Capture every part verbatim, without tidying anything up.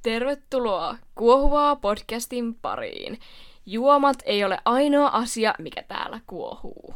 Tervetuloa Kuohuvaa podcastin pariin. Juomat ei ole ainoa asia, mikä täällä kuohuu.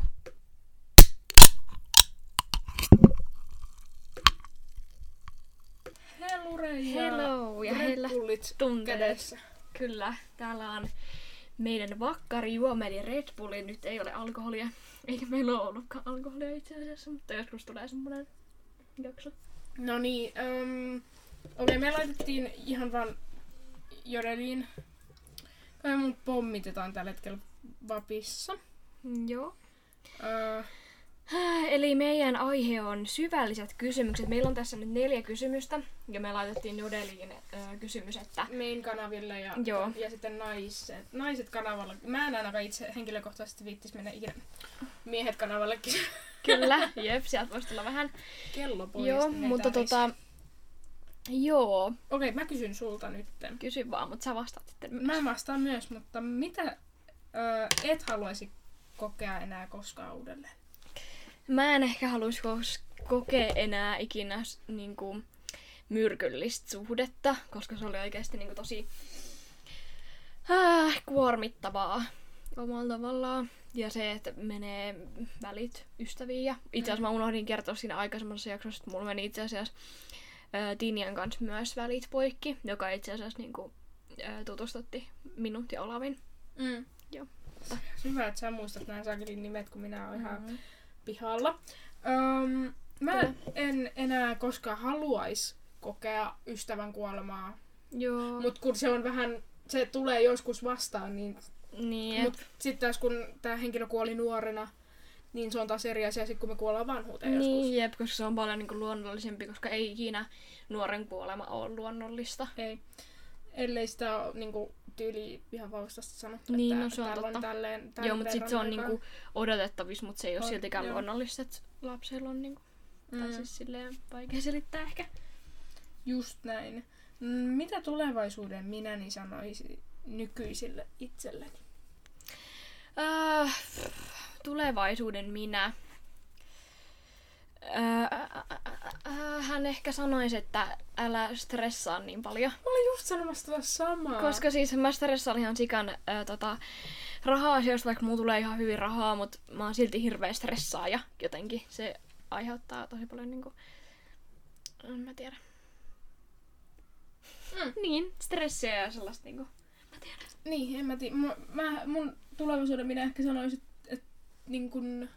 Hellure ja Hello ja hellä Red-Bullit tunteet. kädessä. Kyllä, täällä on meidän vakkarijuoma eli Red Bulli. Nyt ei ole alkoholia, eikä meillä ole ollutkaan alkoholia itse asiassa, mutta joskus tulee semmonen jakso. No niin, um, okei okay, me laitettiin ihan vaan Jodeliin. Kai mun pommitetaan tällä hetkellä Vapissa. Joo. Uh, Eli meidän aihe on syvälliset kysymykset. Meillä on tässä nyt neljä kysymystä, ja me laitettiin Jodeliin äh, kysymys, että... Main kanaville ja, Joo. ja sitten naiset, naiset kanavalla. Mä en ainakaan itse henkilökohtaisesti viittis mennä ikinä miehet kanavallekin. Kyllä, jep, sieltä voisi tulla vähän. Kello pois. Joo, mutta tota... Joo, Okei, okay, mä kysyn sulta nytten. kysy vaan, mutta sä vastaat sitten myös. Mä vastaan myös, mutta mitä ö, et haluaisi kokea enää koskaan uudelleen? Mä en ehkä haluaisi kos- kokea enää ikinä niin kuin, myrkyllistä suhdetta, koska se oli oikeasti niin kuin, tosi äh, kuormittavaa omalla tavallaan. Ja se, että menee välit ystäviin. Ja itse asiassa mä unohdin kertoa siinä aikaisemmassa jaksossa, että mulla meni itse asiassa ää, Tinian kanssa myös välit poikki, joka itse asiassa niin kuin, ää, tutustutti minut ja Olavin. Mm. Joo. Hyvä, että sä muistat nämä sakelin nimet, kun minä oon ihan Mm-hmm. pihalla. Öm, mä Kyllä. en enää koskaan haluaisi kokea ystävän kuolemaa, Joo. mutta kun se on vähän, se tulee joskus vastaan, niin Niin, mut sitten taas kun tää henkilö kuoli nuorena, niin se on taas eri asia sit, kun me kuollaan vanhuuteen niin joskus. jep, koska se on paljon niin kuin, luonnollisempi, koska ei ikinä nuoren kuolema ole luonnollista. Ei. Ellei sitä ole niinku, tyyli ihan vaustasta sanottu, Niin, että no se on täällä totta. on tälleen, tälleen Joo, mutta sitten se on aikaa. niinku odotettavissa, mutta se ei ole On, siltikään joo. luonnollista, että lapsella on niinku, mm. tai Mm. siis silleen vaikea selittää ehkä. Just näin. Mm, Mitä tulevaisuuden minäni sanoisi nykyisille itselleni? Äh, tulevaisuuden minä. Äh, äh, äh, äh, hän ehkä sanoisi, että älä stressaa niin paljon. Mä olin just sanomassa tota samaa. Koska siis mä stressaan ihan sikan äh, tota, raha-asioista, vaikka mulla tulee ihan hyvin rahaa, mutta mä oon silti hirveä stressaaja jotenkin. Se aiheuttaa tosi paljon niinku... En mä tiedä. Mm. Niin, stressiä ja sellaista niinku... Mä tiedän. Niin, en mä tiedä. Mä, mä, mun tulevaisuuden minä ehkä sanoisin, että et, niin kun,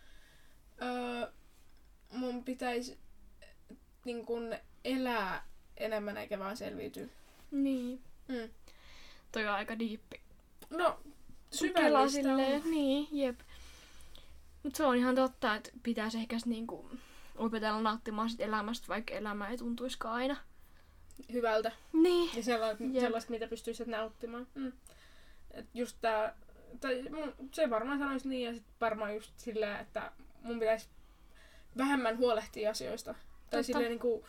öö, mun pitäisi niin kun elää enemmän eikä vaan selviytyä. Niin. Mm. Toi on aika diippi. No, Kela syvällistä silleen, on. niin, jep. Mut se on ihan totta, että pitäisi ehkä sit niinku opetella nauttimaan sit elämästä, vaikka elämä ei tuntuiskaan aina. Hyvältä. Niin. Ja sellaista, Jep. sellaista mitä pystyisit nauttimaan. Mm. Et just tää, tai mun, se varmaan sanoisi niin, ja sit varmaan just silleen, että mun pitäisi vähemmän huolehtia asioista. Tai Totta. silleen niinku,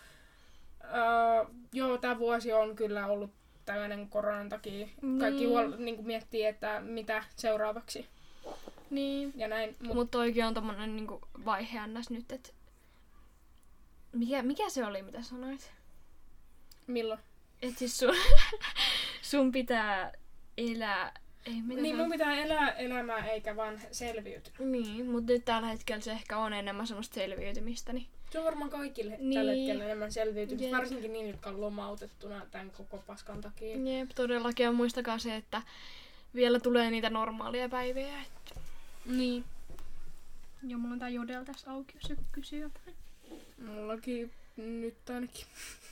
öö, joo, tää vuosi on kyllä ollut tällainen koronan takia. Kaikki Niin. huol, niinku miettii, että mitä seuraavaksi. Niin. Ja näin. Mut, Mut toikin on tommonen niinku vaihe ns nyt, et... Mikä, mikä se oli, mitä sanoit? milloin? Et siis sun, sun pitää elää... Ei, mitä Niin se on? mun pitää elää elämää eikä vaan selviytyä. Niin, mutta nyt tällä hetkellä se ehkä on enemmän semmoista selviytymistä, niin... Se on varmaan kaikille Niin. tällä hetkellä enemmän selviytymistä. Jep. Varsinkin niin, jotka on lomautettuna tämän koko paskan takia. Jep, todellakin. Ja muistakaa se, että vielä tulee niitä normaalia päiviä. Että... Niin. Joo, mulla on tää Jodel tässä auki, jos joku kysyy jotain. Mullakin nyt ainakin.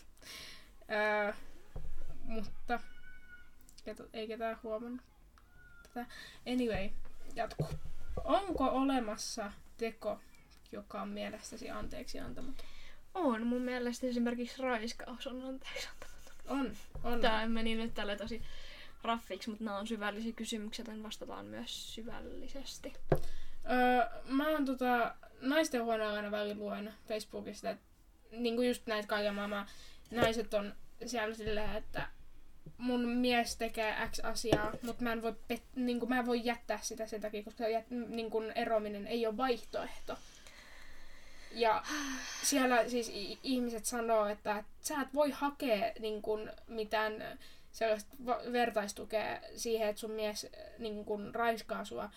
Ää, mutta keto, ei ketään huomannut tätä. Anyway, jatkuu. Onko olemassa teko, joka on mielestäsi anteeksi antamaton? On. Mun mielestä esimerkiksi raiskaus on anteeksi antamaton. On, on. Tää meni nyt tälle tosi raffiksi, mutta nämä on syvällisiä kysymyksiä, joten vastataan myös syvällisesti. Öö, mä oon tota, naisten huoneella aina välillä luen Facebookista, että niinku just näitä kaiken maailman naiset on siellä silleen, että mun mies tekee X asiaa, mutta mä en voi, pet, niinku, mä en voi jättää sitä sen takia, koska jät, niinku, eroaminen ei ole vaihtoehto. Ja siellä siis ihmiset sanoo, että sä et voi hakea niin kun, mitään sellaista vertaistukea siihen, että sun mies niin kun, raiskaa sua.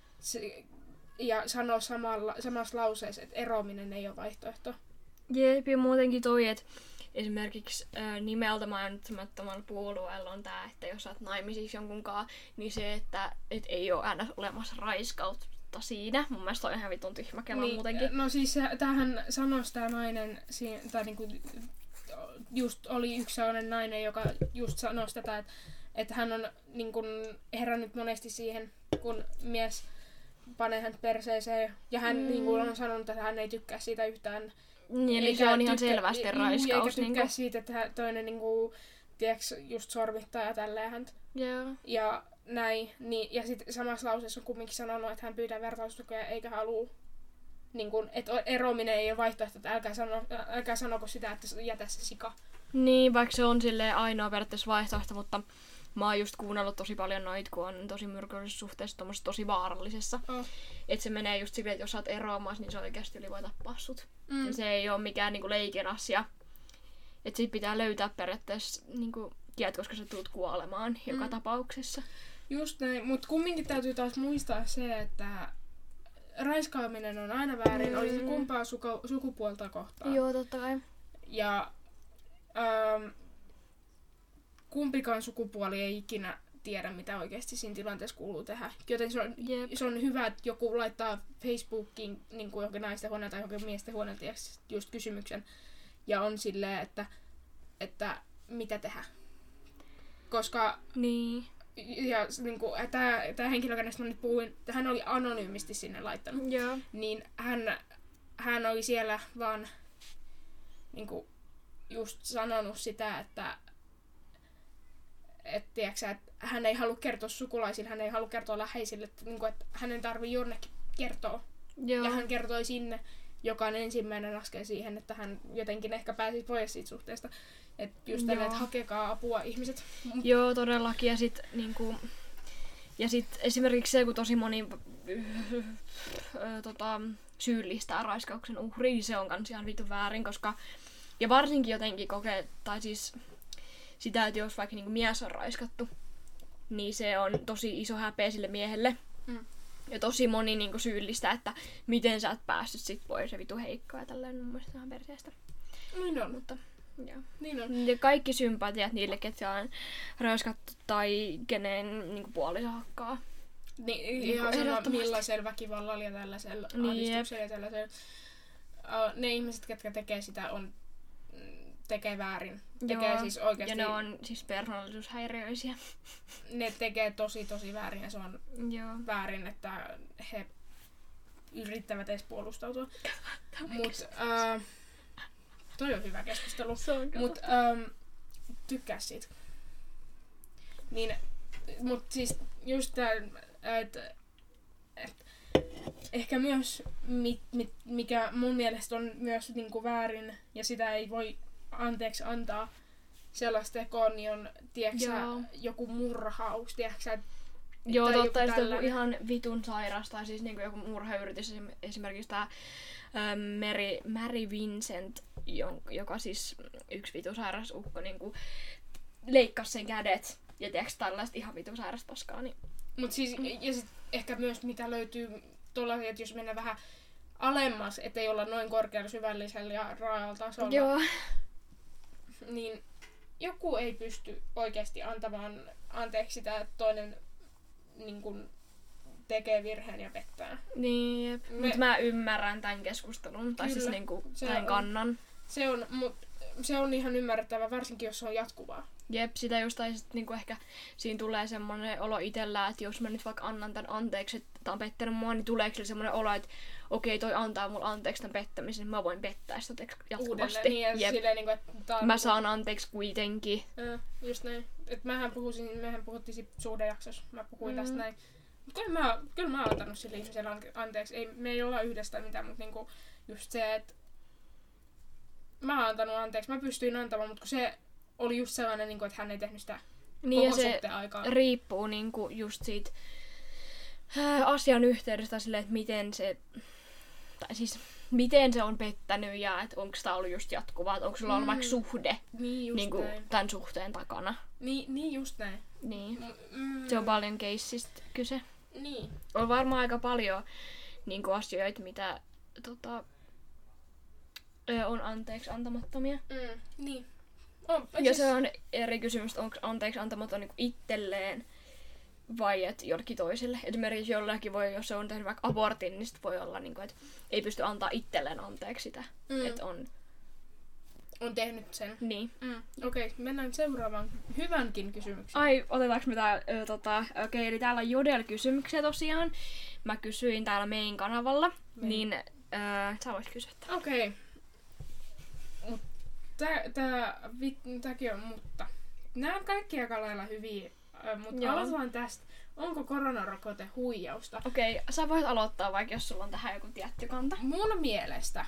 Ja sanoo samalla, samassa lauseessa, että eroaminen ei ole vaihtoehto. Jep, ja muutenkin toi, että esimerkiksi äh, nimeltä mainitsemattomalla puolueella on tää, että jos sä oot naimisissa jonkunkaan, niin se, että et ei ole aina olemassa raiskautta siinä. Mun mielestä on ihan vitun tyhmä kela niin, muutenkin. No siis tämähän sanoi tää nainen, tai niinku, just oli yksi sellainen nainen, joka just sanoi tätä, että, että hän on niinku herännyt monesti siihen, kun mies panee hän perseeseen, ja hän mm. niinku on sanonut, että hän ei tykkää siitä yhtään. Niin, eli se on ihan tykkä, selvästi raiskaus. Eikä tykkää niinku. siitä, että toinen niinku, tiiäks, just sormittaa ja tälleen häntä. Yeah. Ja näin. Niin, ja sitten samassa lauseessa on kumminkin sanonut, että hän pyytää vertaistukea eikä halua, niin kun, että eroaminen ei ole vaihtoehto, että älkää, sano, älkää sanoko sitä, että jätä se sika. Niin, vaikka se on silleen ainoa periaatteessa vaihtoehto, mutta mä oon just kuunnellut tosi paljon noita, kun on tosi myrkyllisessä suhteessa tommosessa tosi vaarallisessa. Oh. Että se menee just silleen, että jos sä oot eroamassa, niin se oikeasti yli voi tappaa sut. Mm. Ja se ei oo mikään niinku leikin asia. Että sit pitää löytää periaatteessa niinku tiet, koska sä tulet kuolemaan mm. joka tapauksessa. Just näin, mut kumminkin täytyy taas muistaa se, että raiskaaminen on aina väärin, mm. oli se kumpaa suku- sukupuolta kohtaan. Joo, totta kai. Ja ähm, kumpikaan sukupuoli ei ikinä tiedä, mitä oikeasti siinä tilanteessa kuuluu tehdä. Joten se on, se on hyvä, että joku laittaa Facebookiin niin kuin johonkin naisten huoneelta tai johonkin miesten huoneelta just kysymyksen. Ja on silleen, että, että mitä tehdä. Koska niin. Ja niin kuin, tämä, tämä henkilö, kenestä mä nyt puhuin, hän oli anonyymisti sinne laittanut. Joo. Niin hän, hän oli siellä vaan niin kuin, just sanonut sitä, että et, tiiäksä, että hän ei halua kertoa sukulaisille, hän ei halua kertoa läheisille, että, niin kuin, että hänen tarvii jonnekin kertoa. Joo. Ja hän kertoi sinne, joka on ensimmäinen askel siihen, että hän jotenkin ehkä pääsisi pois siitä suhteesta. Että just tällä, että hakekaa apua ihmiset. Joo, todellakin. Ja sit, niinku, ja sit esimerkiksi se, kun tosi moni tota, syyllistää raiskauksen uhria, niin se on kans ihan vitun väärin, koska ja varsinkin jotenkin kokee, tai siis sitä, että jos vaikka niinku mies on raiskattu, niin se on tosi iso häpeä sille miehelle. Mm. Ja tosi moni niinku syyllistää, että miten sä et päässyt sit pois, se vitu heikkoa ja tälleen mun mielestä ihan perseestä. Niin on. Mutta, joo. Niin on. Ja kaikki sympatiat niille, ketkä on raiskattu tai kenen niinku puoliso hakkaa. Niin, ihan sama millaisella väkivallalla ja tällaisella niin, ahdistuksella ja tällaisella. Uh, ne ihmiset, ketkä tekee sitä, on tekee väärin. Tekee joo, siis oikeasti. Ja ne on siis persoonallisuushäiriöisiä. Ne tekee tosi tosi väärin ja se on joo. väärin, että he yrittävät edes puolustautua. Mut uh, toi on hyvä keskustelu. Mut um, tykkää siitä. Niin, mut siis just tää, että et, ehkä myös mit, mit, mikä mun mielestä on myös niinku väärin ja sitä ei voi anteeksi antaa sellaista tekoa, niin on tiiäksä, joku murhaus, tiiäksä, joo, totta, ja joku ihan vitun sairas, tai siis niinku joku murhayritys, esimerkiksi tää ähm, Mary, Mary Vincent, joka siis yksi vitun sairas ukko niinku leikkasi sen kädet, ja tiiäksä tällaista ihan vitun sairas paskaa, niin mut siis, ja sit ehkä myös mitä löytyy tuollaisia, että jos mennään vähän alemmas, ettei olla noin korkealla, syvällisellä ja raa'alla tasolla, joo. niin joku ei pysty oikeasti antamaan anteeksi sitä, että toinen niin kun, tekee virheen ja pettää. Niin, jep. Me... Mut mä ymmärrän tämän keskustelun, tai kyllä, siis niinku tämän kannan. Se on, mut se on ihan ymmärrettävä, varsinkin jos se on jatkuvaa. Jep, sitä just, tai sit niinku ehkä siinä tulee semmonen olo itsellä, että jos mä nyt vaikka annan tän anteeksi, että tää on pettänyt mua, niin tuleeko sille semmonen olo, että okei, toi antaa mulle anteeksi tän pettämisen, niin mä voin pettää sitä jatkuvasti. Uudelleen, niin, silleen, niin kuin, että on... Mä saan anteeksi kuitenkin. Ja, just näin. Et mähän puhuisin, mehän puhuttiin sit suhdejaksossa, mä puhuin mm. tästä näin. Mut kyllä mä, kyllä mä oon antanut sille ihmiselle anteeksi. Ei, me ei olla yhdessä mitään, mutta niinku just se, että mä oon antanut anteeksi. Mä pystyin antamaan, mutta kun se oli just sellainen, niinku, että hän ei tehnyt sitä niin koko suhteen aikaa. Niin riippuu niinku just siitä ää, asian yhteydestä silleen, että miten se, tai siis miten se on pettänyt ja että onko tämä ollut just jatkuvaa, että onko sulla ollut Mm. vaikka suhde Niin just niin kuin, näin. tämän suhteen takana. Niin, niin just näin. Niin. Mm, Se on paljon keissistä kyse. Niin. On varmaan aika paljon niin kuin asioita, mitä tota, ö, on anteeksi antamattomia. Mm, niin. On, Ja se on eri kysymys, onko anteeksi antamaton niin itselleen vai et jollekin toiselle. Esimerkiksi jollakin voi, jos se on tehnyt vaikka abortin, niin sit voi olla, niin kuin, että ei pysty antaa itselleen anteeksi sitä. Mm. Että on on tehnyt sen. niin. Mm. Okei, okay, mennään seuraavaan hyvänkin kysymykseen. Ai, otetaanko me tää, ö, tota, okei, okay, eli täällä on Jodel-kysymyksiä tosiaan. Mä kysyin täällä meidän kanavalla, Mein. niin ö, sä voit kysyä tää. Okei. Okay. Tää, tää, vit- tääkin on mutta. Nämä on kaikki aika lailla hyviä, mutta Joo. aloitetaan tästä. Onko koronarokote huijausta? Okei, okay, sä voit aloittaa vaikka, jos sulla on tähän joku tietty kanta. Mun mielestä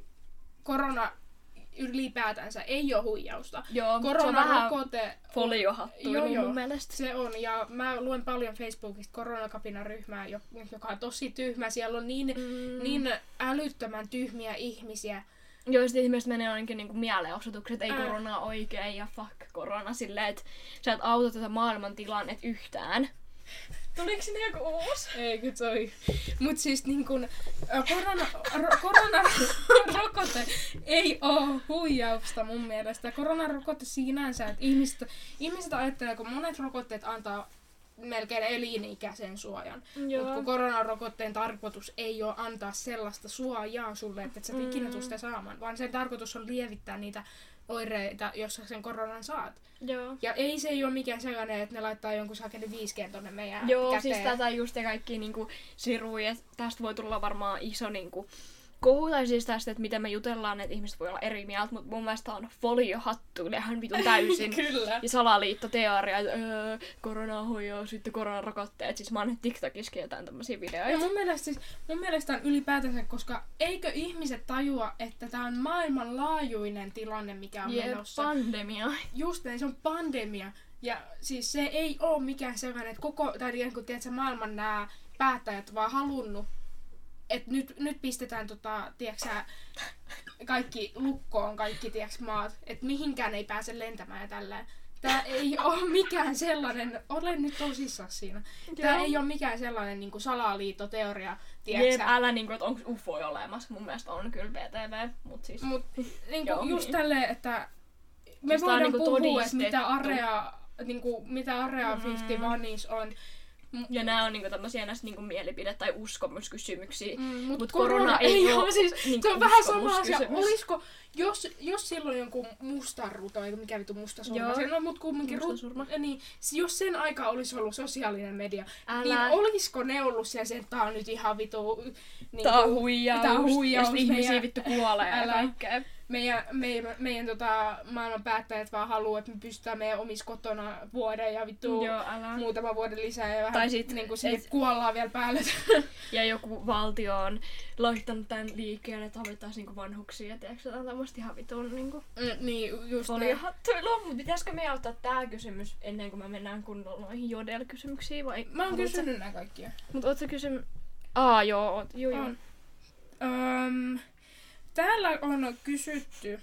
korona ylipäätänsä ei ole huijausta. Joo, se on vähän Koronarokote foliohattuilu Joo, joo. mun mielestä. Se on, ja mä luen paljon Facebookista koronakapinaryhmää, jo- joka on tosi tyhmä. Siellä on niin, Mm. niin älyttömän tyhmiä ihmisiä. Joo, sit ihmiset menee ainakin niinku mielenosoitukset, että ei Äh. korona oikein ja fuck korona silleen, että sä et auta tätä maailman tilannet yhtään. Tuliko sinne joku uusi? Ei, kyllä toi. Mut siis niin kun, ä, korona, ro, koronarokote ei oo huijausta mun mielestä. Koronarokote sinänsä, että ihmiset, ihmiset ajattelee, kun monet rokotteet antaa melkein elinikäisen suojan. Mutta kun koronarokotteen tarkoitus ei ole antaa sellaista suojaa sulle, että et sä et Mm. ikinä tuu sitä saamaan, vaan sen tarkoitus on lievittää niitä oireita, jos sä sen koronan saat. Joo. Ja ei se ei ole mikään sellainen, että ne laittaa jonkun sakeli viisi G tonne meidän Joo, käteen. siis tätä just ja kaikki niinku siruja. Tästä voi tulla varmaan iso niinku kohu, tai siis tästä, että miten me jutellaan, että ihmiset voi olla eri mieltä, mutta mun mielestä on foliohattu ihan vitun täysin. Kyllä. Ja salaliittoteoria, että öö, korona hoioo, sitten koronarokotteet. Siis mä oon nyt TikTokissakin jotain tämmösiä videoita. Ja mun mielestä, siis, mun mielestä on ylipäätänsä, koska eikö ihmiset tajua, että tää on maailmanlaajuinen tilanne, mikä on Jep, menossa. pandemia. Just näin, se on pandemia. Ja siis se ei oo mikään sellainen, että koko, tai niin kun tiedät, maailman nämä päättäjät vaan halunnut, että nyt, nyt pistetään tota, tiedätkö, kaikki lukkoon, kaikki tiedätkö, maat, että mihinkään ei pääse lentämään ja tälleen. Tää ei oo mikään sellainen, olen nyt tosissaan siinä. Tää Joo. ei oo mikään sellainen niinku salaliittoteoria, Jep, tiedätkö. älä niinku, että onko U F O olemassa. Mun mielestä on kyllä V T V, mut siis... Mut niinku Joo, just niin. tälleen, että me Siis tää on voidaan niinku puhua, että mitä todistettu. Area, niinku, mitä Area Mm. viisikymmentäyksi on. Ja nää on niinku tämmösiä näistä niinku mielipide- tai uskomuskysymyksiä. Mm, mut Mut korona, korona ei ei oo, oo siis niinku se on vähän sama asia. uskomuskysymys. Olisiko, jos, jos silloin jonkun mustaru tai mikä vitu mustasurma, Joo. se on mut kumminkin Mustasurma. ru- niin, jos sen aika olisi ollut sosiaalinen media, Älä. niin olisiko ne ollut siellä se, että tää on nyt ihan vitu... Niin Tää on huijaus. Tää on huijaus. Ja sit ihmisiä meidän- vittu kuolee ja Älä. kaikkea. meidän, meidän, meidän tota, maailman päättäjät vaan haluaa, että me pystytään meidän omissa kotona vuoden ja vittu Joo, älä. muutama vuoden lisää ja vähän Tai sit, niin kuin sinne et- kuollaan vielä päälle. Ja joku valtio on laittanut tän liikkeen, että havittaisi niinku vanhuksia. Tiedätkö, tää on tämmöstä ihan vitun niinku Mm, niin, just näin. foliohattuilua. Mut pitäisikö me ottaa tää kysymys ennen kuin me mennään kunnolla noihin Jodel-kysymyksiin vai? Mä oon haluat sä- kysynyt nää kaikkia. Mut oot sä kysymys... Aa, joo, oot. Joo, joo. On. Öm, täällä on kysytty.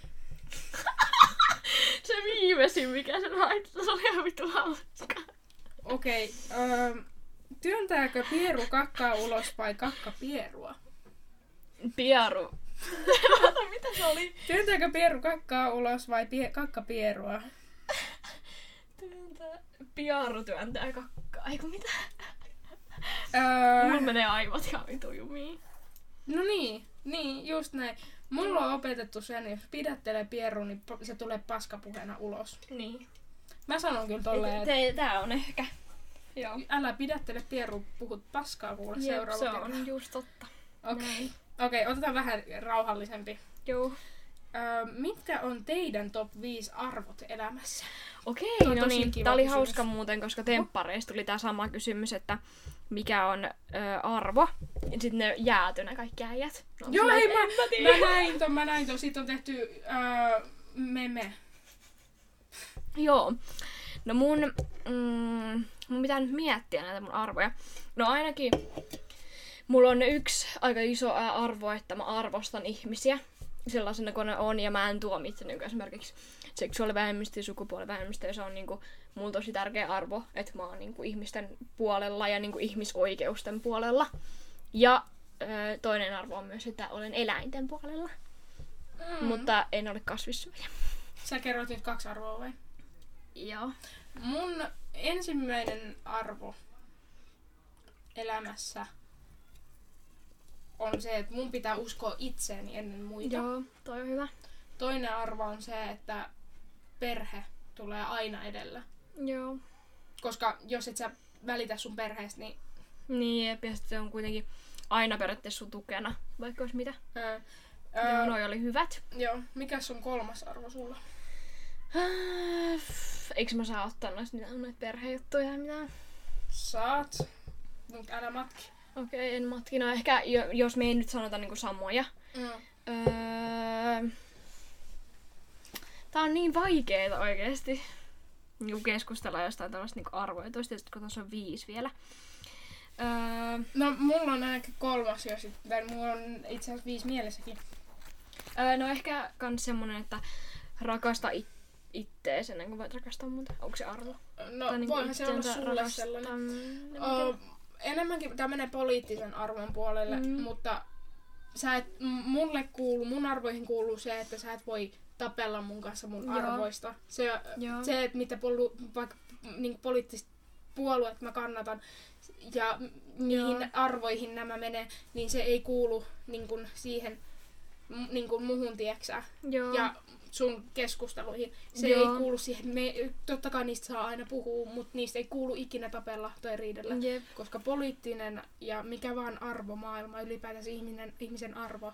Se viimeisin, mikä sen haittaa, se oli ihan vittu hauska. Okei. Okay, työntääkö pieru kakkaa ulos vai kakka pierua? Pieru. Ota, mitä se oli? Työntääkö pieru kakkaa ulos vai pie- kakka pierua? Työntää... Piaru työntää kakkaa. Eiku mitä? Öö, Mulla menee aivot ihan vitu jumiin. no niin, niin, just näin. Mulla on opetettu sen, jos pidättelee pieru, niin po- se tulee paskapuheena ulos. Niin. Mä sanon kyllä tolleen, että Te, tää on ehkä. Joo. älä pidättele pieru, puhut paskaa kuule Jep, seuraava se kerta. on just totta. Okei, Näin. okay, otetaan vähän rauhallisempi. Joo. Öö, mitkä on teidän top viisi arvot elämässä? Okei, Tuo on no tosi niin. kiva Tää oli kysymys. hauska muuten, koska temppareista tuli tää sama kysymys, että mikä on ö, arvo. Ja sit ne jääty ne kaikki äijät. No, Joo, silleen, hei, että mä, en mä tiedä. mä näin ton, mä näin ton. Siitä on tehty öö, meme. Joo. No mun, mm, mun pitää nyt miettiä näitä mun arvoja. No ainakin mulla on yksi aika iso arvo, että mä arvostan ihmisiä sellaisena kuin ne on, ja mä en tuomitse niin esimerkiksi seksuaalivähemmistö ja sukupuolivähemmistö, ja se on niinku mulla tosi tärkeä arvo, että mä oon niinku ihmisten puolella ja niinku ihmisoikeusten puolella. Ja ö, toinen arvo on myös, että olen eläinten puolella. Mm. Mutta en ole kasvissyöjä. Sä kerroit nyt kaksi arvoa vai? Joo. Mun ensimmäinen arvo elämässä on se, että mun pitää uskoa itseeni ennen muita. Joo, toi on hyvä. Toinen arvo on se, että perhe tulee aina edellä. Joo. Koska jos et sä välitä sun perheestä, niin... Niin, ja se on kuitenkin aina periaatteessa sun tukena, vaikka olisi mitä. Ää, Joo, ää, noi oli hyvät. Joo. Mikäs on kolmas arvo sulla? Eikö mä saa ottaa noista mitään noita perhejuttuja ja mitään? Saat. Mut älä matki. Okei, okay, en matki. No ehkä, jo, jos me ei nyt sanota niinku samoja. Mm. Öö... Tää on niin vaikeeta oikeesti. Niinku keskustella jostain tällaista niinku arvoja. Toista, kun tuossa on viisi vielä. Öö... No, mulla on ainakin kolmas jo sitten. Mulla on itse asiassa viisi mielessäkin. Öö, no ehkä kans semmonen, että rakasta it- ittees ennen kuin voit rakastaa muuta. Onko se arvo? No, Tai voihan se olla itsensä sulle rakastam- sellainen. en Oh, tiedä. enemmänkin tää menee poliittisen arvon puolelle, Mm. mutta sä et, m- mulle kuuluu, mun arvoihin kuuluu se, että sä et voi tapella mun kanssa mun Joo. arvoista. Se, Joo. se että mitä polu, vaikka niin poliittiset puolueet mä kannatan ja mihin Joo. arvoihin nämä menee, niin se ei kuulu niin kuin siihen m- niin kuin muhun, tieksä. Joo. Ja sun keskusteluihin. Se Joo. ei kuulu siihen. Me, totta kai niistä saa aina puhua, mutta niistä ei kuulu ikinä tapella tai riidellä. Jep. Koska poliittinen ja mikä vaan arvomaailma, ylipäätänsä ihminen, ihmisen arvo,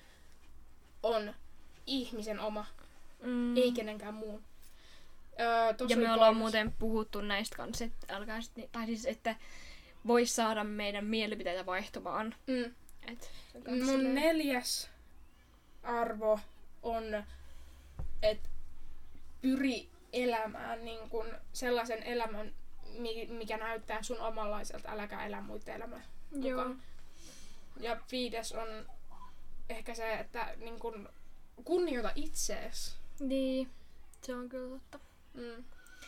on ihmisen oma, Mm. ei kenenkään muun. Öö, tossa Ja me oli ollaan kolmas. muuten puhuttu näistä kanssa, että älkää sit, ni- tai siis, että vois saada meidän mielipiteitä vaihtumaan. Mm. Et, se on kans Mun silleen- neljäs arvo on, että pyri elämään niin kun sellaisen elämän, mi- mikä näyttää sun omanlaiselta, äläkä elä muiden elämää Joo. mukaan. Ja viides on ehkä se, että niin kun kunnioita itseesi. Niin, se on kyllä totta. Mm.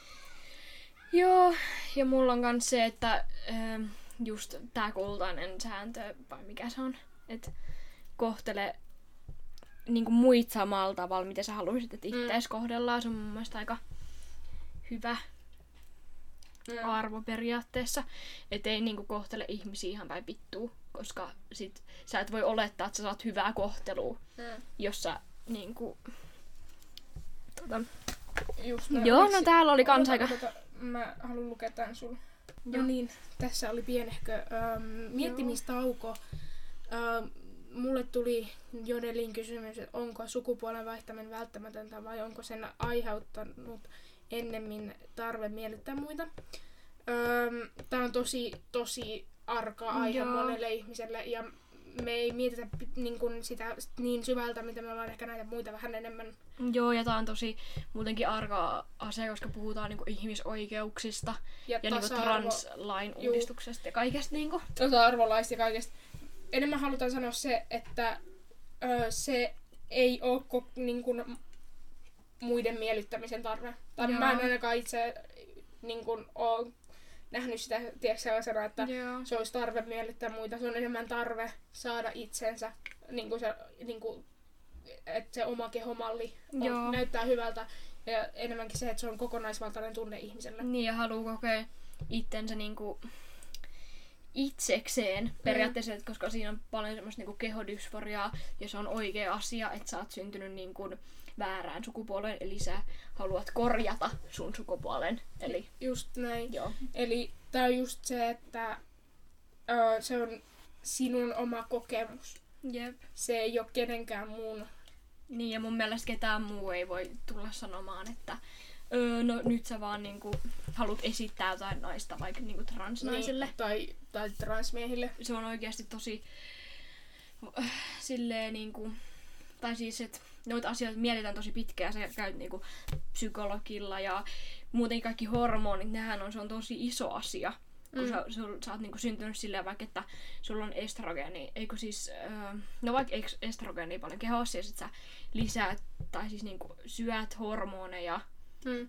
Joo, ja mulla on kans se, että ähm, just tää kultainen sääntö, vai mikä se on, että kohtele niinku muit samalla tavalla, mitä sä haluaisit, että ittees kohdellaan. Se on mun mielestä aika hyvä Mm. arvo periaatteessa. Et ei niinku kohtele ihmisiä ihan päin vittua, koska sit sä et voi olettaa, että sä saat hyvää kohtelua, Mm. jos sä niinku... Tota, Just näin. joo, Oliko no se- täällä oli kans Odota, aika... odota, mä haluan lukea tän sulle. No Joo. niin, tässä oli pienehkö ähm, miettimistauko. Ähm, mulle tuli Jodelin kysymys, että onko sukupuolen vaihtaminen välttämätöntä vai onko sen aiheuttanut ennemmin tarve miellyttää muita. Ähm, Tämä on tosi, tosi arka aihe Joo. monelle ihmiselle ja me ei mietitä pi- niin, kun sitä niin syvältä, mitä me ollaan ehkä näitä muita vähän enemmän. Joo, ja tää on tosi muutenkin arka asia, koska puhutaan niinku ihmisoikeuksista Ja, ja niinku tasa-arvo, translain Juu. uudistuksesta ja kaikesta niinku. tasa-arvolaista ja kaikesta. Enemmän halutaan sanoa se, että ö, se ei ole ko- niin kun, muiden miellyttämisen tarve. Tai Joo. mä en ainakaan itse niin kun, ole nähnyt sitä tiedätkö, sellaisena, että Joo. se olisi tarve miellyttää muita. Se on enemmän tarve saada itsensä, niin kun se, niin kun, että se oma kehomalli on, Joo. näyttää hyvältä. Ja enemmänkin se, että se on kokonaisvaltainen tunne ihmiselle. Niin, ja haluaa kokea itsensä niinku itsekseen periaatteessa, mm. koska siinä on paljon semmoista niinku kehodysforiaa, ja se on oikea asia, että sä oot syntynyt niinku väärään sukupuoleen, eli sä haluat korjata sun sukupuolen. Eli Just näin. joo. Eli tää on just se, että ö, se on sinun oma kokemus. Jep. Se ei ole kenenkään muun. Niin, ja mun mielestä ketään muu ei voi tulla sanomaan, että öö, no nyt sä vaan niinku haluat esittää jotain naista vaikka niinku transnaiselle. Niin, tai, tai transmiehille. Se on oikeasti tosi äh, silleen niinku, tai siis, että noita asioita mietitään tosi pitkään, sä käyt niinku psykologilla ja muutenkin kaikki hormonit, nehän on, se on tosi iso asia. kun Mm. sä, sul, sä oot niinku syntynyt silleen vaikka, että sulla on estrogeeni, eikö siis, öö, no vaikka eikö estrogeenia paljon kehossa ja sit sä lisäät tai siis niinku syöt hormoneja. Mm.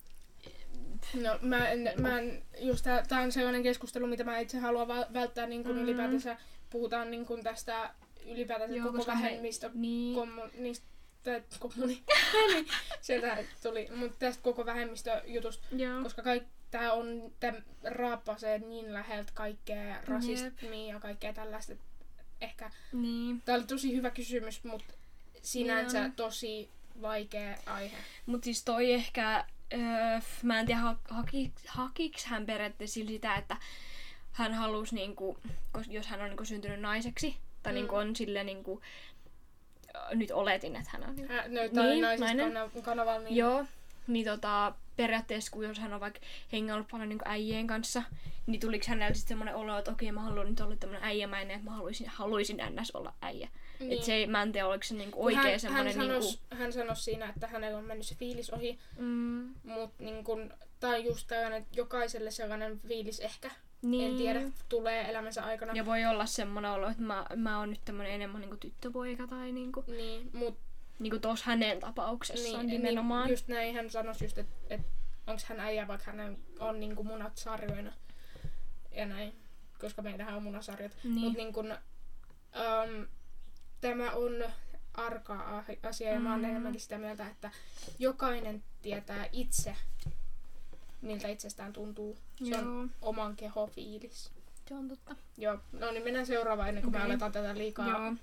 No mä en, mä en just tää, tää on sellainen keskustelu, mitä mä itse haluan välttää niin kuin mm. ylipäätänsä. Puhutaan niin kuin tästä ylipäätänsä Joo, koko koska me- vähemmistö niin. kommunista, kommuni, niin, sieltä tuli, mutta tästä koko vähemmistöjutusta, Joo. koska kaik, tää on, tää raappasee niin läheltä kaikkea rasismia ja kaikkea tällaista, että ehkä Niin. tää oli tosi hyvä kysymys, mutta sinänsä Niin on. tosi vaikea aihe. Mut siis toi ehkä, öö, mä en tiedä, ha- haki, hakiks hän periaatteessa sillä sitä, että hän halusi niinku, kos- jos hän on niinku syntynyt naiseksi, tai Mm. niinku on sille niinku, ö, nyt oletin, että hän on niinku, Hän näyttää Niin, niin, naisesta nainen. kana- kanavalla. Niin, joo, niin tota, periaatteessa kun jos hän on vaikka hengaillut paljon niinku äijien kanssa, niin tuliko hänellä sitten semmoinen olo, että okei, mä haluan nyt olla tämmönen äijämäinen, että mä haluaisin, haluaisin ns. Olla äijä. niin. Et se ei, mä en tiedä, oliko se niinku Kun oikea hän, semmoinen hän, niinku, sanos, hän sanoisi siinä, että hänellä on mennyt se fiilis ohi, mm, mutta niin kun, tää on just tällainen, että jokaiselle sellainen fiilis ehkä, niin. en tiedä, tulee elämänsä aikana. Ja voi olla semmoinen olo, että mä, mä oon nyt tämmönen enemmän niinku tyttöpoika tai niinku, Niin, mut niinku tos hänen tapauksessaan niin, nimenomaan. niin, just näin hän sanoisi just, että et, onko hän äijä, vaikka hän on niinku munat sarjoina ja näin, koska meillähän on munasarjat. Niin. Mut niin kun, um, tämä on arka a- asia ja mä oon Mm. enemmänkin sitä mieltä, että jokainen tietää itse, miltä itsestään tuntuu. Se Joo, on oman keho fiilis. se on totta. Joo, no niin mennään seuraavaan ennen kuin Okei. me aletaan tätä liikaa. Joo.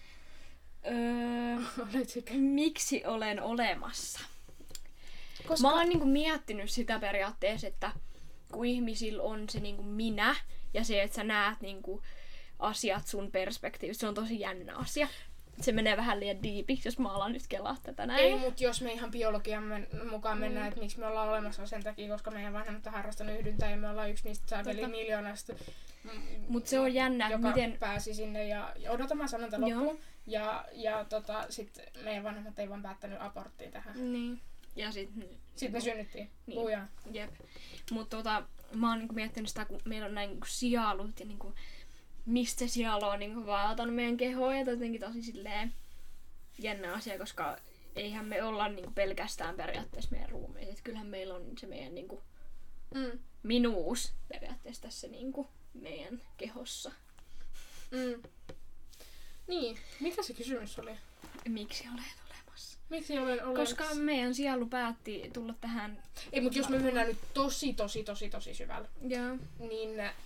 Öö, Oletko? miksi olen olemassa? Koska... Mä oon niinku miettinyt sitä periaatteessa, että kun ihmisillä on se niinku minä ja se, että sä näet niinku asiat sun perspektiivistä, se on tosi jännä asia. Se menee vähän liian diipiksi, jos mä alan nyt kelaa tätä näin. Ei, mutta jos me ihan biologian men- mukaan mennään, että miksi me ollaan olemassa sen takia, koska meidän vanhemmat on harrastanut yhdyntää ja me ollaan yksi niistä saapeli Totta. miljoonasta, mm, Mut se on jännä, joka miten... pääsi sinne ja ja odota mä sanon tämän Joo. loppuun. Ja, ja tota, sit meidän vanhemmat ei vaan päättänyt aborttia tähän. Niin. Ja sit... Sitten me synnyttiin. Niin. Lujaa. Jep. Mut tota, mä oon niinku miettinyt sitä, kun meillä on näin niinku sielut ja niinku, mistä se sielu on niinku vaatanut meidän kehoa ja jotenkin tosi silleen jännä asia, koska eihän me olla niinku pelkästään periaatteessa meidän ruumiit. Et kyllähän meillä on se meidän niinku Mm. minuus periaatteessa tässä niinku meidän kehossa. Mm. Niin, mikä se kysymys oli? Miksi olen olemassa? Miksi olen olemassa? Koska meidän sielu päätti tulla tähän... Ei, mutta jos me mennään nyt tosi, tosi, tosi, tosi syvällä, Joo. niin äh,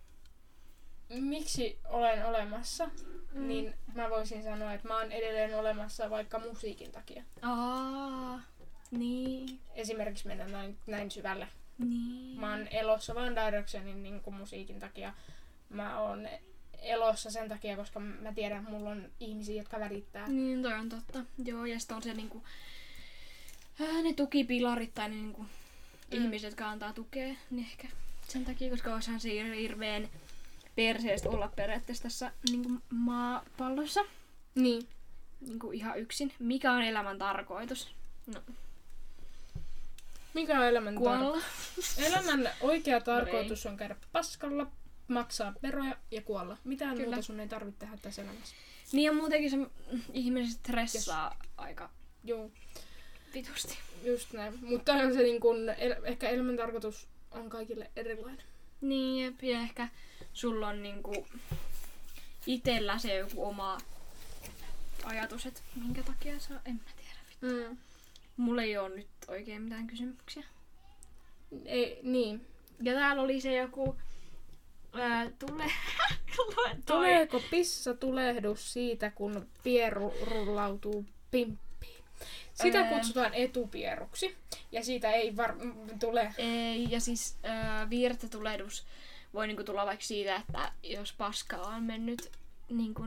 miksi olen olemassa, Mm. niin mä voisin sanoa, että mä oon edelleen olemassa vaikka musiikin takia. Aa, niin, Esimerkiksi mennään näin, näin syvälle. niin. Mä oon elossa One Directionin niin kuin musiikin takia. Mä oon elossa sen takia, koska mä tiedän, että mulla on ihmisiä, jotka välittää. Niin, toi on totta. Joo, ja sitten on se niinku... Ää, ne tukipilarit tai ne niinku, mm. ihmiset, jotka antaa tukea, niin ehkä sen takia, koska olisihan se hirveen perseestä olla periaatteessa tässä niinku maapallossa Niin. niinku ihan yksin. Mikä on elämän tarkoitus? No, Mikä on elämän kuolla. tarkoitus? Elämän oikea tarkoitus on käydä paskalla, maksaa veroja ja kuolla. Mitään Kyllä. muuta sun ei tarvitse tehdä tässä elämässä. Niin ja muutenkin se mm, ihmiset stressaa yes. aika Joo, vitusti. just näin. Mutta on se niin kun, el- ehkä elämän tarkoitus on kaikille erilainen. Niin, jep, ja ehkä sulla on niinku itellä se joku oma ajatus, että minkä takia sä, en mä tiedä. Mm. Mulla ei oo nyt oikein mitään kysymyksiä. Ei, niin. Ja täällä oli se joku... Ää, tule... Lue toi. Tuleeko pissa tulehdus siitä, kun pieru rullautuu pimppiin? Sitä Öö. kutsutaan etupieruksi. Ja siitä ei var- m- tule... Ei, ja siis ää, virtatulehdus voi niinku tulla vaikka siitä, että jos paskaa on mennyt niinku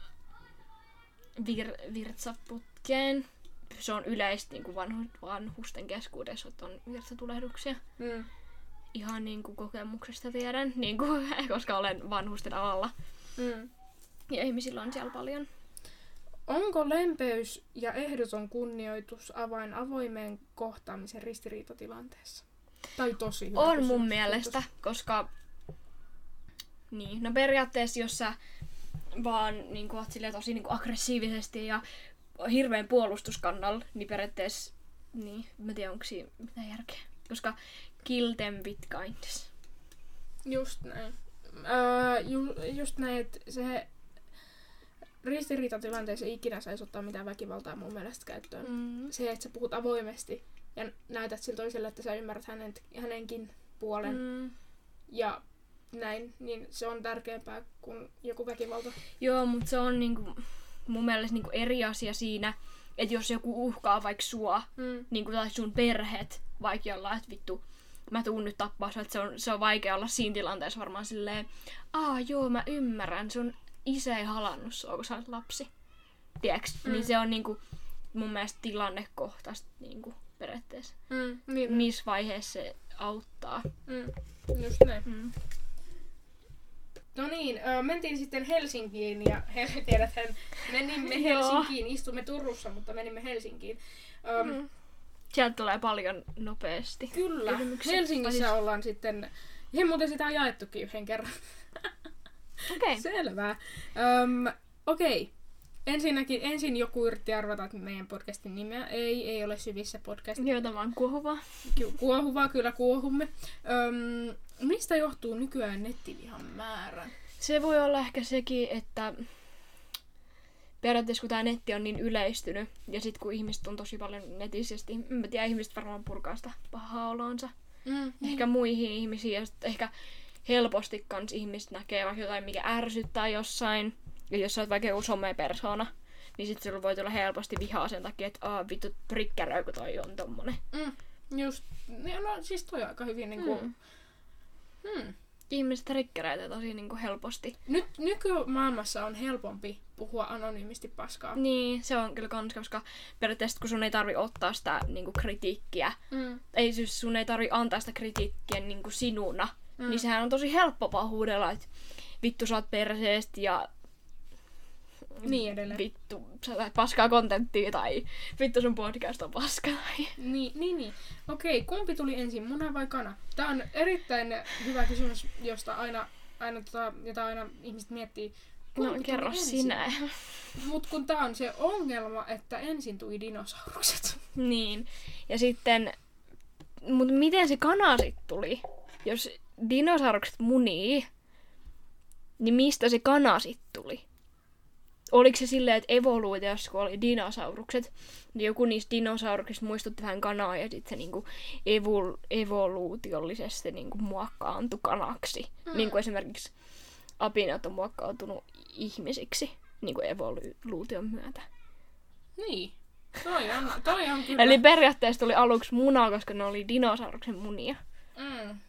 vir- virtsaputkeen. Se on yleistä niinku vanhu- vanhusten keskuudessa, että on virtsatulehduksia. Mm. Ihan niinku kokemuksesta tiedän, niinku, koska olen vanhusten alalla. Mm. Ja ihmisillä on siellä paljon. Onko lempeys ja ehdoton kunnioitus avain avoimeen kohtaamisen ristiriitatilanteessa? Tai tosi hyvä On kysymys, mun kiitos. mielestä, koska Niin, no periaatteessa jos sä vaan niin oot silleen tosi niin aggressiivisesti ja hirveän puolustuskannalla, niin periaatteessa, niin, mä tiedän onko siinä mitään järkeä. Koska kill them with kindness. Just näin. Öö, ju, just näin, että se ristiriitatilanteessa ei ikinä saisi ottaa mitään väkivaltaa mun mielestä käyttöön. Mm. Se, että sä puhut avoimesti ja näytät sille toiselle, että sä ymmärrät hänen, hänenkin puolen Mm. ja näin, niin se on tärkeämpää kuin joku väkivalta. Joo, mutta se on niinku, mun mielestä niinku eri asia siinä, että jos joku uhkaa vaikka sua, Mm. niinku, tai sun perheet, vaikka jollain, että vittu, mä tuun nyt tappaa sua, että se on, se on vaikea olla siinä tilanteessa varmaan silleen, aa joo, mä ymmärrän, sun isä ei halannut sua, kun sä olet lapsi. Tiedätkö? Mm. Niin se on niinku, mun mielestä tilannekohtaista niinku, periaatteessa. Mm. Niin. Missä vaiheessa se auttaa. Mm. Just näin. Mm. No niin, ö, mentiin sitten Helsinkiin ja he, tiedäthän, menimme Joo. Helsinkiin, istumme Turussa, mutta menimme Helsinkiin. Ö, Mm. Sieltä tulee paljon nopeasti. Kyllä, Kysymyksiä. Helsingissä Tai siis- ollaan sitten, ja muuten sitä on jaettukin yhden kerran. Okei. Okay. Selvä. Öm, Okei. Ensinnäkin, ensin joku yritti arvata että meidän podcastin nimeä. Ei, ei ole Syvissä podcast. Joo, tämä on kuohuva. Ky- Kuohuvaa, kyllä kuohumme. Öm, mistä johtuu nykyään nettivihan määrä? Se voi olla ehkä sekin, että periaatteessa kun tämä netti on niin yleistynyt, ja sitten kun ihmiset on tosi paljon netissä, ja sit, mä tiedän, ihmiset varmaan purkaa sitä pahaa oloonsa. Mm, Ehkä muihin ihmisiin, ja sit ehkä helposti kans ihmiset näkee vaikka jotain, mikä ärsyttää jossain. Ja jos sä oot vaikka joku somepersona, niin sit sulla voi tulla helposti vihaa sen takia, että aah vittu prikkäröi, kun toi on tommonen. Mm, just, no siis toi on aika hyvin niinku... Mm. Hmm. Ihmiset triggereitä tosi niinku helposti. Nyt nykymaailmassa on helpompi puhua anonyymisti paskaa. Niin, se on kyllä kans, koska periaatteessa kun sun ei tarvi ottaa sitä niinku kritiikkiä, Mm. ei siis sun ei tarvi antaa sitä kritiikkiä niinku sinuna, Mm. niin sehän on tosi helppo vaan huudella, että vittu sä oot perseestä ja Niin edelleen. vittu sä teet paskaa kontenttia tai vittu sun podcast on paskaa. Niin, niin, niin. Okei, kumpi tuli ensin, muna vai kana? Tää on erittäin hyvä kysymys, josta aina, aina tota, jota aina ihmiset miettii. No Kumpi kerro tuli ensin? sinä. Mut kun tää on se ongelma, että ensin tuli dinosaurukset. Niin. Ja sitten, mutta miten se kana sit tuli? Jos dinosaurukset munii, niin mistä se kana sit tuli? Oliko se silleen, että evoluutiossa, kun oli dinosaurukset, niin joku niistä dinosauruksista muistutti vähän kanaa ja sitten se niinku evol- evoluutiollisesti niinku muokkaantui kanaksi. Mm. Niin kuin esimerkiksi apinat on muokkautunut ihmisiksi niin kuin evoluution myötä. Niin. Toi on, toi on kyllä. Eli periaatteessa tuli aluksi muna, koska ne oli dinosauruksen munia. Mm.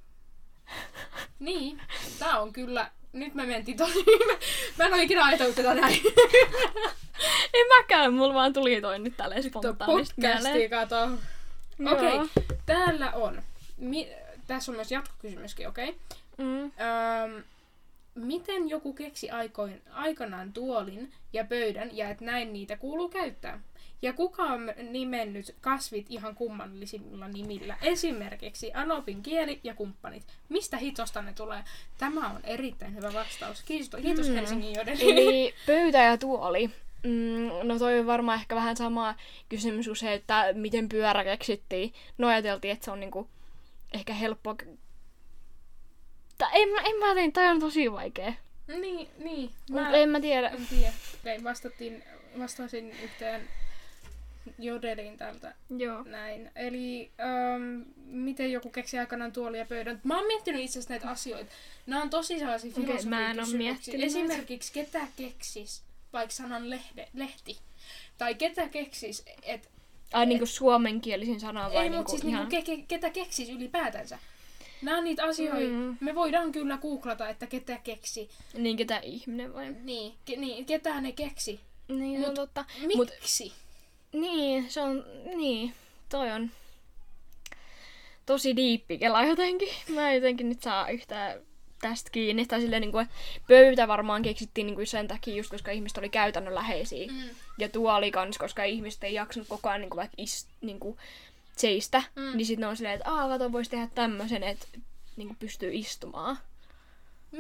Niin. Tää on kyllä... Nyt me mentiin tosi hyvin. Mä en oo ikinä ajatellut tätä näin. Ei mäkään, mulla vaan tuli toi nyt tälleen Tuo spontaanisti podcasti, mieleen. kato. Joo. Okei, okay. Täällä on. Mi- tässä on myös jatkokysymyskin, okei? Okay? Mm. Öm, miten joku keksi aikoin, aikanaan tuolin ja pöydän ja että näin niitä kuuluu käyttää? Ja kuka on nimennyt kasvit ihan kummallisimmilla nimillä? Esimerkiksi Anopin kieli ja kumppanit. Mistä hitosta ne tulee? Tämä on erittäin hyvä vastaus. Kiitos, kiitos Mm. Helsingin joden. Eli pöytä ja tuoli. Mm, no toi on varmaan ehkä vähän sama kysymys kuin se, että miten pyörä keksittiin. No ajateltiin, että se on niinku ehkä helppo... Tai en, mä- en mä tiedä, toi on tosi vaikea. Niin, niin. Mut Mä en mä tiedä. en tiedä. Okei, vastattiin, vastasin yhteen jodeliin täältä. Joo. Näin. Eli ähm, miten joku keksi aikanaan tuoli ja pöydän. Mä oon miettinyt itse asiassa näitä asioita. Nämä on tosi sellaisia Okei, filosofia mä en oo miettinyt Esimerkiksi ketä keksis vaikka sanan lehde, lehti. Tai ketä keksis, että... Ai niinku suomenkielisin sana vai Ei, niinku mutta siis ihan... niinku, ke, ke, ketä keksis ylipäätänsä. Nämä on niitä asioita. Mm. Me voidaan kyllä googlata, että ketä keksi. Niin ketä ihminen vai? Niin, ke, niin ketä ne keksi. Niin, Mut no totta. Miksi? Mut, niin, se on... Niin, toi on... Tosi diippi kela jotenkin. Mä en jotenkin nyt saa yhtään tästä kiinni. Tai silleen niinku, että pöytä varmaan keksittiin niinku sen takia just, koska ihmiset oli käytännönläheisiä. Mm. Ja tuoli kans, koska ihmiset ei jaksanut koko ajan niinku vaikka is, niinku seistä. Mm. Niin sit ne on silleen, että aah, kato, vois tehdä tämmösen, että niinku pystyy istumaan. Niin.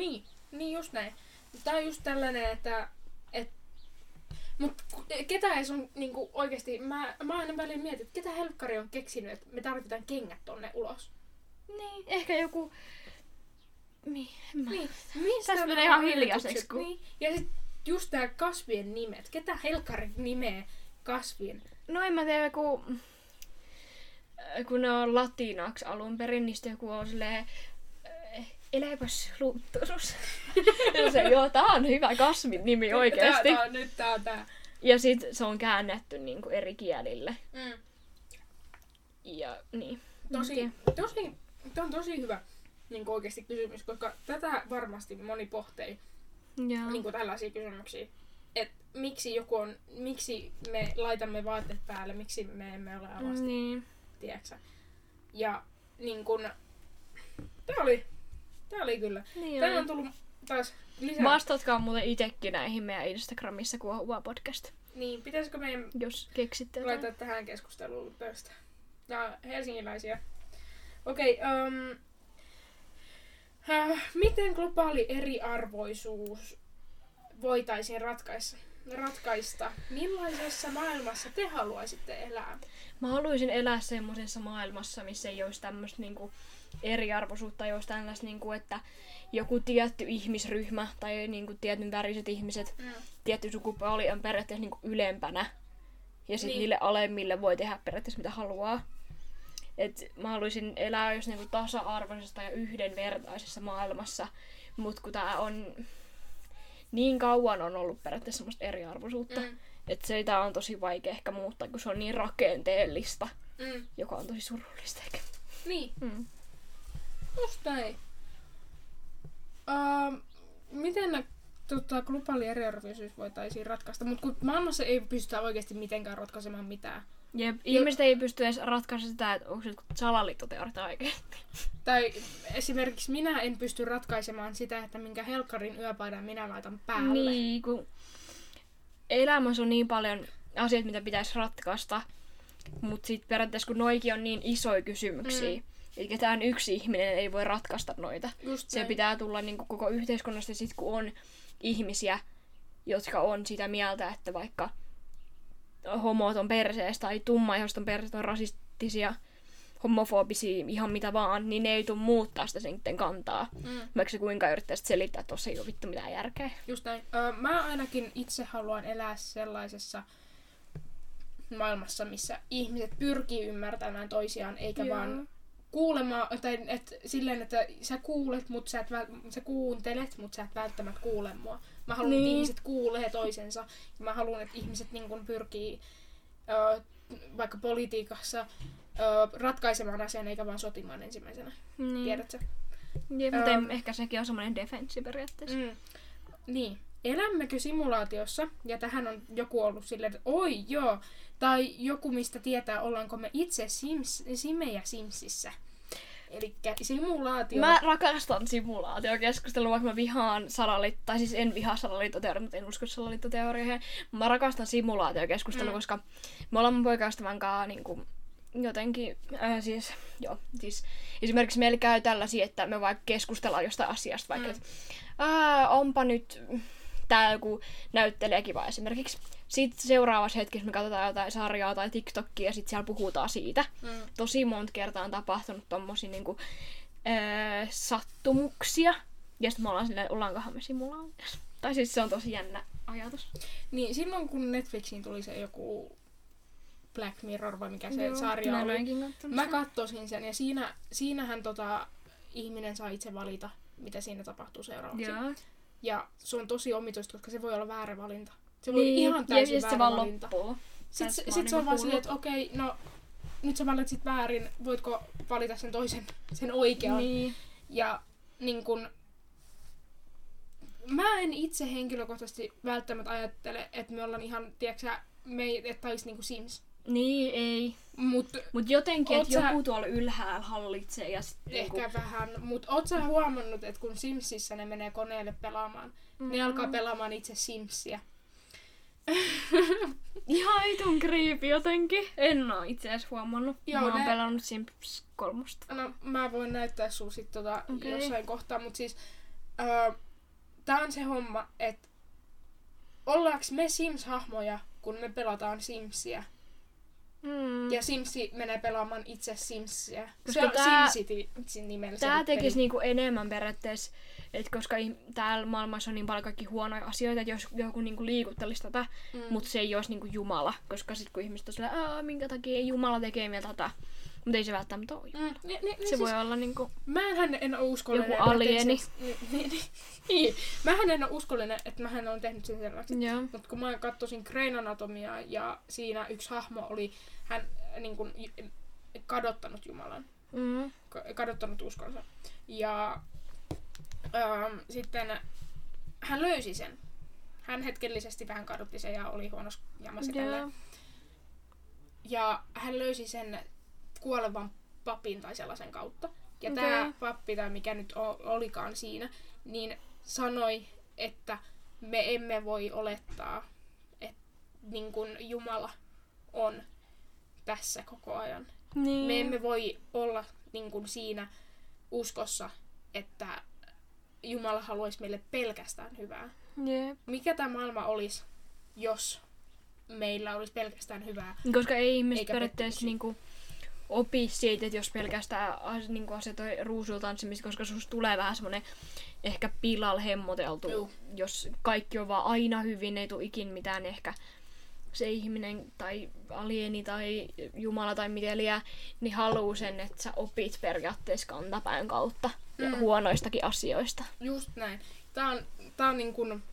Niin just näin. Tää on just tällainen, että... Et, mut ketä edes on niinku oikeesti... Mä, mä aina väliin mietin, että ketä helkkari on keksinyt, että me tarvitaan kengät tonne ulos. Niin, ehkä joku... Niin, niin. Mistä tässä menee ihan hiljaiseksi. Kun... Niin. Ja sit just tää kasvien nimet. Ketä helkkari nimee kasvien? No en mä tiedä, kun... Kun ne on latinaksi alun perin, niin sitten joku on silleen... Eläpäs luutturus. se, joo, tää on hyvä kasvin nimi oikeesti. Tää, tää on, nyt tää on tää. Ja sit se on käännetty niinku eri kielille. Mm. Ja niin. Tosi, tosi, tää on tosi hyvä niinku oikeesti kysymys, koska tätä varmasti moni pohtii. Niinku tällaisia kysymyksiä. Et miksi joku on, miksi me laitamme vaatteet päälle, miksi me emme ole alasti. Niin. Tiedätkö? Ja niin kun, tää oli, tää oli kyllä. Niin Täällä on tullut taas lisää. Vastatkaa muuten itekin näihin meidän Instagramissa, kun on Uva Podcast. Niin, pitäisikö meidän jos keksitte jotain. laittaa tähän keskusteluun tästä? Ja helsingiläisiä. Okei, okay, um, äh, miten globaali eriarvoisuus voitaisiin ratkaista? ratkaista? Millaisessa maailmassa te haluaisitte elää? Mä haluaisin elää semmoisessa maailmassa, missä ei olisi tämmöistä niinku eriarvoisuutta, ei olisi tällaista, niinku, että joku tietty ihmisryhmä tai niinku tietyn väriset ihmiset, mm. tietty sukupuoli on periaatteessa niinku ylempänä. Ja sitten niin. niille alemmille voi tehdä periaatteessa mitä haluaa. Et mä haluaisin elää jos niinku tasa-arvoisessa ja yhdenvertaisessa maailmassa, mutta kun tää on... Niin kauan on ollut periaatteessa semmoista eriarvoisuutta, mm. että sitä on tosi vaikea ehkä muuttaa, kun se on niin rakenteellista, mm. joka on tosi surullista. Eikä? Niin. Mm. Just näin. Uh, miten tota, globaali eriarvoisuus voitaisiin ratkaista? Mutta kun maailmassa ei pystytä oikeasti mitenkään ratkaisemaan mitään. Jep, ihmiset ei pysty edes ratkaisemaan sitä, että onko se salaliittoteoriat oikeasti. Tai esimerkiksi minä en pysty ratkaisemaan sitä, että minkä helkkarin yöpaidan minä laitan päälle. Niin, kun elämässä on niin paljon asioita, mitä pitäisi ratkaista, mutta sitten periaatteessa kun noikin on niin isoja kysymyksiä, mm. eli ketään yksi ihminen ei voi ratkaista noita. Just se näin. Pitää tulla niin kuin koko yhteiskunnasta sit, kun on ihmisiä, jotka on sitä mieltä, että vaikka homot on perseestä tai tummaihoiset on perseestä, on rasistisia, homofobisia, ihan mitä vaan, niin ne ei tule muuttaa sitä sen kantaa. Mm. Vaikka se kuinka yrittäisi selittää, että tuossa ei ole vittu mitään järkeä. Just näin. Öö, mä ainakin itse haluan elää sellaisessa maailmassa, missä ihmiset pyrkii ymmärtämään toisiaan, eikä Joo. vaan kuulemaan, tai et, silleen, että sä kuulet, mut sä, et, sä kuuntelet, mutta sä et välttämättä kuule mua. Mä haluan, niin. että ihmiset kuulee toisensa, ja mä haluan, että ihmiset niin kun pyrkii ö, vaikka politiikassa ö, ratkaisemaan asian, eikä vaan sotimaan ensimmäisenä. Niin. Tiedätkö? Jep, mutta ähm, ehkä sekin on semmoinen defenssi periaatteessa. Mm, niin. Elämmekö simulaatiossa? Ja tähän on joku ollut silleen, että oi joo. Tai joku, mistä tietää, ollaanko me itse sims, simejä Simsissä. Elikkä simulaatio... Mä rakastan simulaatiokeskustelua, vaikka mä vihaan salaliitto... Tai siis en vihaa salaliittoteoriaa, mutta en usko salaliittoteorioihin. Mä rakastan simulaatiokeskustelua, mm. koska me ollaan mun poikaystävän kanssa niinku... Jotenkin, äh, siis, joo, siis esimerkiksi meillä käy tällaisia, että me vaikka keskustellaan jostain asiasta, vaikka, mm. että äh, onpa nyt tää joku näyttelijä kiva esimerkiksi. Sitten seuraavassa hetkessä me katsotaan jotain sarjaa tai TikTokia ja sitten siellä puhutaan siitä. Mm. Tosi monta kertaa on tapahtunut tommosia niinku, äh, sattumuksia. Ja sitten me ollaan silleen, ollaankohan me simulaatiossa. Tai siis se on tosi jännä ajatus. Niin, silloin kun Netflixiin tuli se joku... Black Mirror vai mikä se Joo, sarja oli. Mä sen. katsoin sen ja siinä, siinähän tota, ihminen saa itse valita, mitä siinä tapahtuu seuraavaksi. Joo. Ja se on tosi omituista, koska se voi olla väärä valinta. Se voi niin, ihan täysin ja väärä se vaan valinta. Loppuu. Sitten sit, sit se on vaan silleen, että okei, okay, no nyt sä valitsit väärin, voitko valita sen toisen, sen oikean. Niin. Ja niin kun, mä en itse henkilökohtaisesti välttämättä ajattele, että me ollaan ihan, tiedätkö me ei, että olisi niinku Sims. Niin, ei. Mut, mut jotenkin, että sä... joku tuolla ylhäällä hallitsee ja sit ehkä niinku... vähän, mut oot sä huomannut, että kun Simsissä ne menee koneelle pelaamaan, mm. ne alkaa pelaamaan itse Simsiä. Ihan vitun creepy jotenkin. En oo itse asiassa huomannut. Joo, mä oon ne... pelannut Sims kolmosta. No mä voin näyttää sun sit tota okay. jossain kohtaa, mut siis... Uh, tää on se homma, että ollaanko me Sims-hahmoja, kun me pelataan Simsiä. Mm. Ja Simsi menee pelaamaan itse Simsiä. Koska Se on tää- SimCity nimellä. se Tää peli. tekisi niinku enemmän periaatteessa, että koska ih- täällä maailmassa on niin paljon kaikki huonoja asioita, että jos joku niinku liikuttelisi tätä, Mm. mutta se ei olisi niinku Jumala, koska sit kun ihmiset on silleen, aah, minkä takia Jumala tekee meiltä tätä, mutta ei se välttämättä ole. Mm, ni, ni, ni, Se siis, voi olla niinku, Mähän en ole uskollinen. Joku että alieni. Se, niin, niin, niin. Mähän en ole uskollinen, että mähän olen tehnyt sen selväksi. joo. Mutta kun mä katsoin Grain Anatomia ja siinä yksi hahmo oli hän niin kun, kadottanut Jumalan, Mm. ka- kadottanut uskonsa. Ja ähm, sitten hän löysi sen. Hän hetkellisesti vähän kadotti sen ja oli huonossa jamassa Joo. tälleen. Ja hän löysi sen kuolevan papin tai sellaisen kautta. Ja Okei. tämä pappi, tai mikä nyt o- olikaan siinä, niin sanoi, että me emme voi olettaa, että niin kun Jumala on tässä koko ajan. Niin. Me emme voi olla niin kun siinä uskossa, että Jumala haluaisi meille pelkästään hyvää. Jep. Mikä tämä maailma olisi, jos meillä olisi pelkästään hyvää? Koska ei ihmiset Eikä periaatteessa pettymyksiä. niinku opi siitä, että jos pelkästään as, niinku asetoi ruusulla tanssimista, koska susta tulee vähän semmonen ehkä pilal hemmoteltu. Juu. Jos kaikki on vaan aina hyvin, ei tule ikin mitään ehkä se ihminen tai alieni tai Jumala tai miten liian, niin haluu sen, että sä opit periaatteessa kantapään kautta ja Mm. huonoistakin asioista. Just näin. Tää on, tää on niin kuin,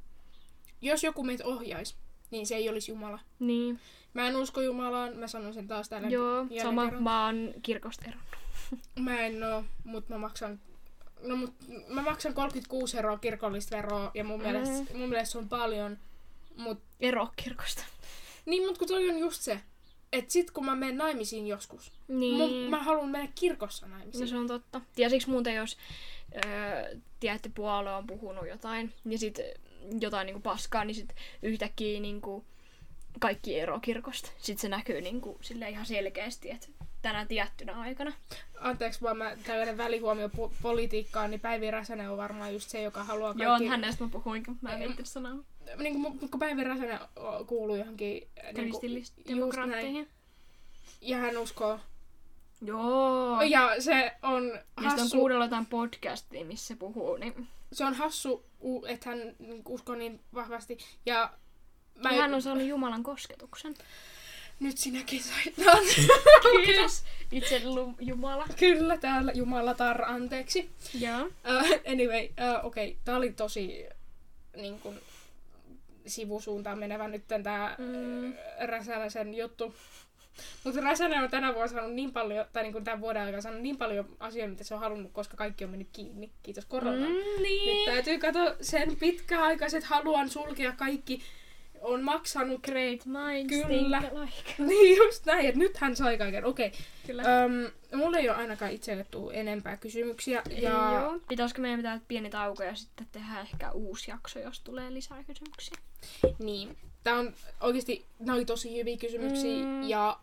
jos joku meitä ohjaisi, niin se ei olisi Jumala. Niin, Mä en usko Jumalaan, mä sanon sen taas täällä joo, jälleen sama, kerran. mä oon kirkosta eronnut. Mä en oo, mut mä maksan, no mut mä maksan kolmekymmentäkuusi euroa kirkollista veroa ja mun, Mm. mielestä, mun mielestä se on paljon. Mut, Ero kirkosta. niin mut kun toi on just se, että sit kun mä menen naimisiin joskus, Niin. mun, mä haluan mennä kirkossa naimisiin. No se on totta. Ja siksi muuten, jos öö, tietty puolue on puhunut jotain, ja sit jotain niinku paskaa, niin sit yhtäkkiä niinku kaikki ero kirkosta. Sit se näkyy niinku sille ihan selkeästi, että tänä tiettynä aikana. Anteeksi vaan mä tällainen välihuomio po- politiikkaan, niin Päivi Räsänen on varmaan just se, joka haluaa Joo, kaikki... hänestä mä puhuinkin, mä en viittis sanoa. Niin kuin, kun Päivi Räsänen o- kuuluu johonkin... Niin just näin. Kristillisdemokraatteihin. Ja hän uskoo. Joo. Ja se on Ja sitten on hassu, kuunnellut jotain podcastia, missä se puhuu, niin... se on hassu, u- että hän niin uskoo niin vahvasti. Ja mä Ja hän on saanut Jumalan kosketuksen. nyt sinäkin sait. Kiitos. Itse lu- Jumala. Kyllä, täällä Jumalatar, anteeksi. Joo. Uh, anyway, uh, okei, okay. Tää oli tosi niin kun, sivusuuntaan menevä nyt tää Mm. mm. Räsänen juttu. Mutta Räsänen on tänä vuonna saanut niin paljon, tai niin kuin tämän vuoden aikana saanut niin paljon asioita, mitä se on halunnut, koska kaikki on mennyt kiinni. Kiitos koronaan. Mm, Nyt niin. täytyy katsoa sen pitkäaikaiset haluan sulkea kaikki. On maksanut. Great minds Kyllä. think alike. Niin just näin, että nyt hän sai kaiken. Okei. Kyllä. Öm, mulle ei ole ainakaan itselle tullut enempää kysymyksiä. Ja... Ja Joo. Pitäisikö meidän pitää pieni tauko ja sitten tehdä ehkä uusi jakso, jos tulee lisää kysymyksiä? niin. Tää on oikeesti, nää oli tosi hyviä kysymyksiä. Mm. Ja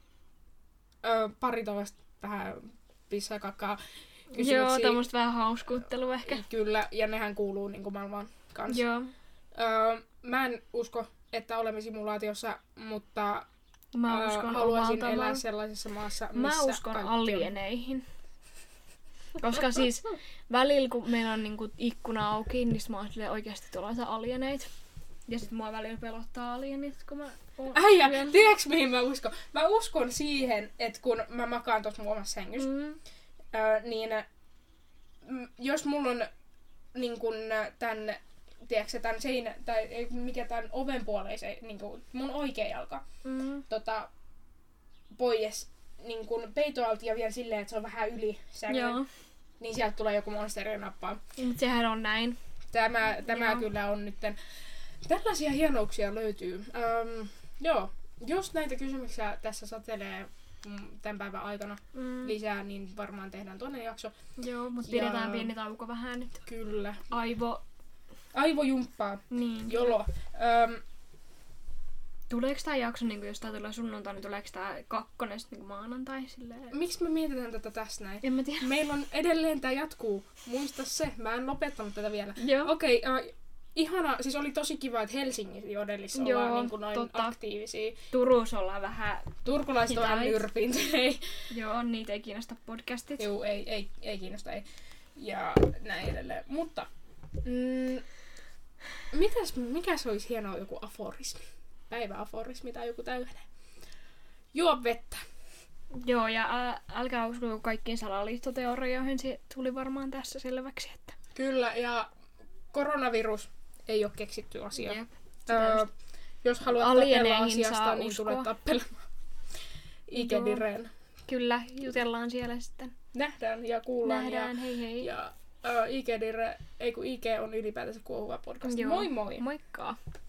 ö, pari toista vähän pissaa kakkaa kysymyksiä. Joo, tämmöistä vähän hauskuuttelua ehkä. Kyllä, ja nehän kuuluu niin kuin maailmaan kanssa. Joo. Öö, mä en usko, että olemme simulaatiossa, mutta Mä öö, uskon haluaisin omalla elää tavalla. sellaisessa maassa, missä Mä uskon kaikki on- alieneihin. Koska siis välillä, kun meillä on niinku ikkuna auki, niin sit mä oon silleen oikeesti tuollaisia alieneit. Ja sit mua välillä pelottaa alienit, kun mä oon Äijä, yöllä. tiedätkö mihin mä uskon? Mä uskon siihen, että kun mä makaan tuossa mun omassa sängyssä, mm. Mm. öö, niin mm, jos mulla on niin kun, tän, tiedätkö, tän seinä, tai ei, mikä tän oven puoleisen, niin kun, mun oikea jalka, Mm. tota, pois niin kun peitoalta ja vielä silleen, että se on vähän yli sängyn, Joo. niin sieltä tulee joku monsteri ja nappaa. Mut sehän on näin. Tämä, tämä Joo. kyllä on nytten... Tällaisia hienouksia löytyy. Öm, joo, jos näitä kysymyksiä tässä satelee mm, tämän päivän aikana Mm. lisää, niin varmaan tehdään toinen jakso. Joo, mut Ja- pidetään pieni tauko vähän nyt. Kyllä. Aivo... Aivojumppaa. Niin. Jolo. Öm, tuleeko tää jakso, niin jos tää tulee sunnuntai, niin tuleeko tää kakkonen sitten niin maanantai? Silleen? Miksi me mietitään tätä tässä näin? En mä tiedä. Meillä on edelleen tää jatkuu. Muista se, mä en lopettanut tätä vielä. Joo. Okei, okay, uh, ihana, siis oli tosi kiva, että Helsingin Jodelissa Joo, ollaan niin kuin noin totta. aktiivisia. Turussa ollaan vähän... Turkulaiset on vähän Hitaita. nyrpintyneet. Joo, niitä ei kiinnosta podcastit. Joo, ei, ei, ei kiinnosta, ei. Ja näin edelleen. Mutta, mm, mitäs, mikä se olisi hienoa joku aforismi? Päiväaforismi tai joku tällainen. Juo vettä. Joo, ja ä, älkää usko kaikkiin salaliittoteorioihin, se tuli varmaan tässä selväksi, että... Kyllä, ja koronavirus ei ole keksitty asia. Jep, Öö, jos haluat Alieneihin tapella asiasta, saa niin uskoa. tule tappelemaan. Igedireen. Kyllä, jutellaan siellä sitten. Nähdään ja kuullaan. Nähdään, hei hei. Ja, ja uh, Igedire, ei kun I G on ylipäätänsä kuohuva podcast. Joo. Moi moi! Moikka!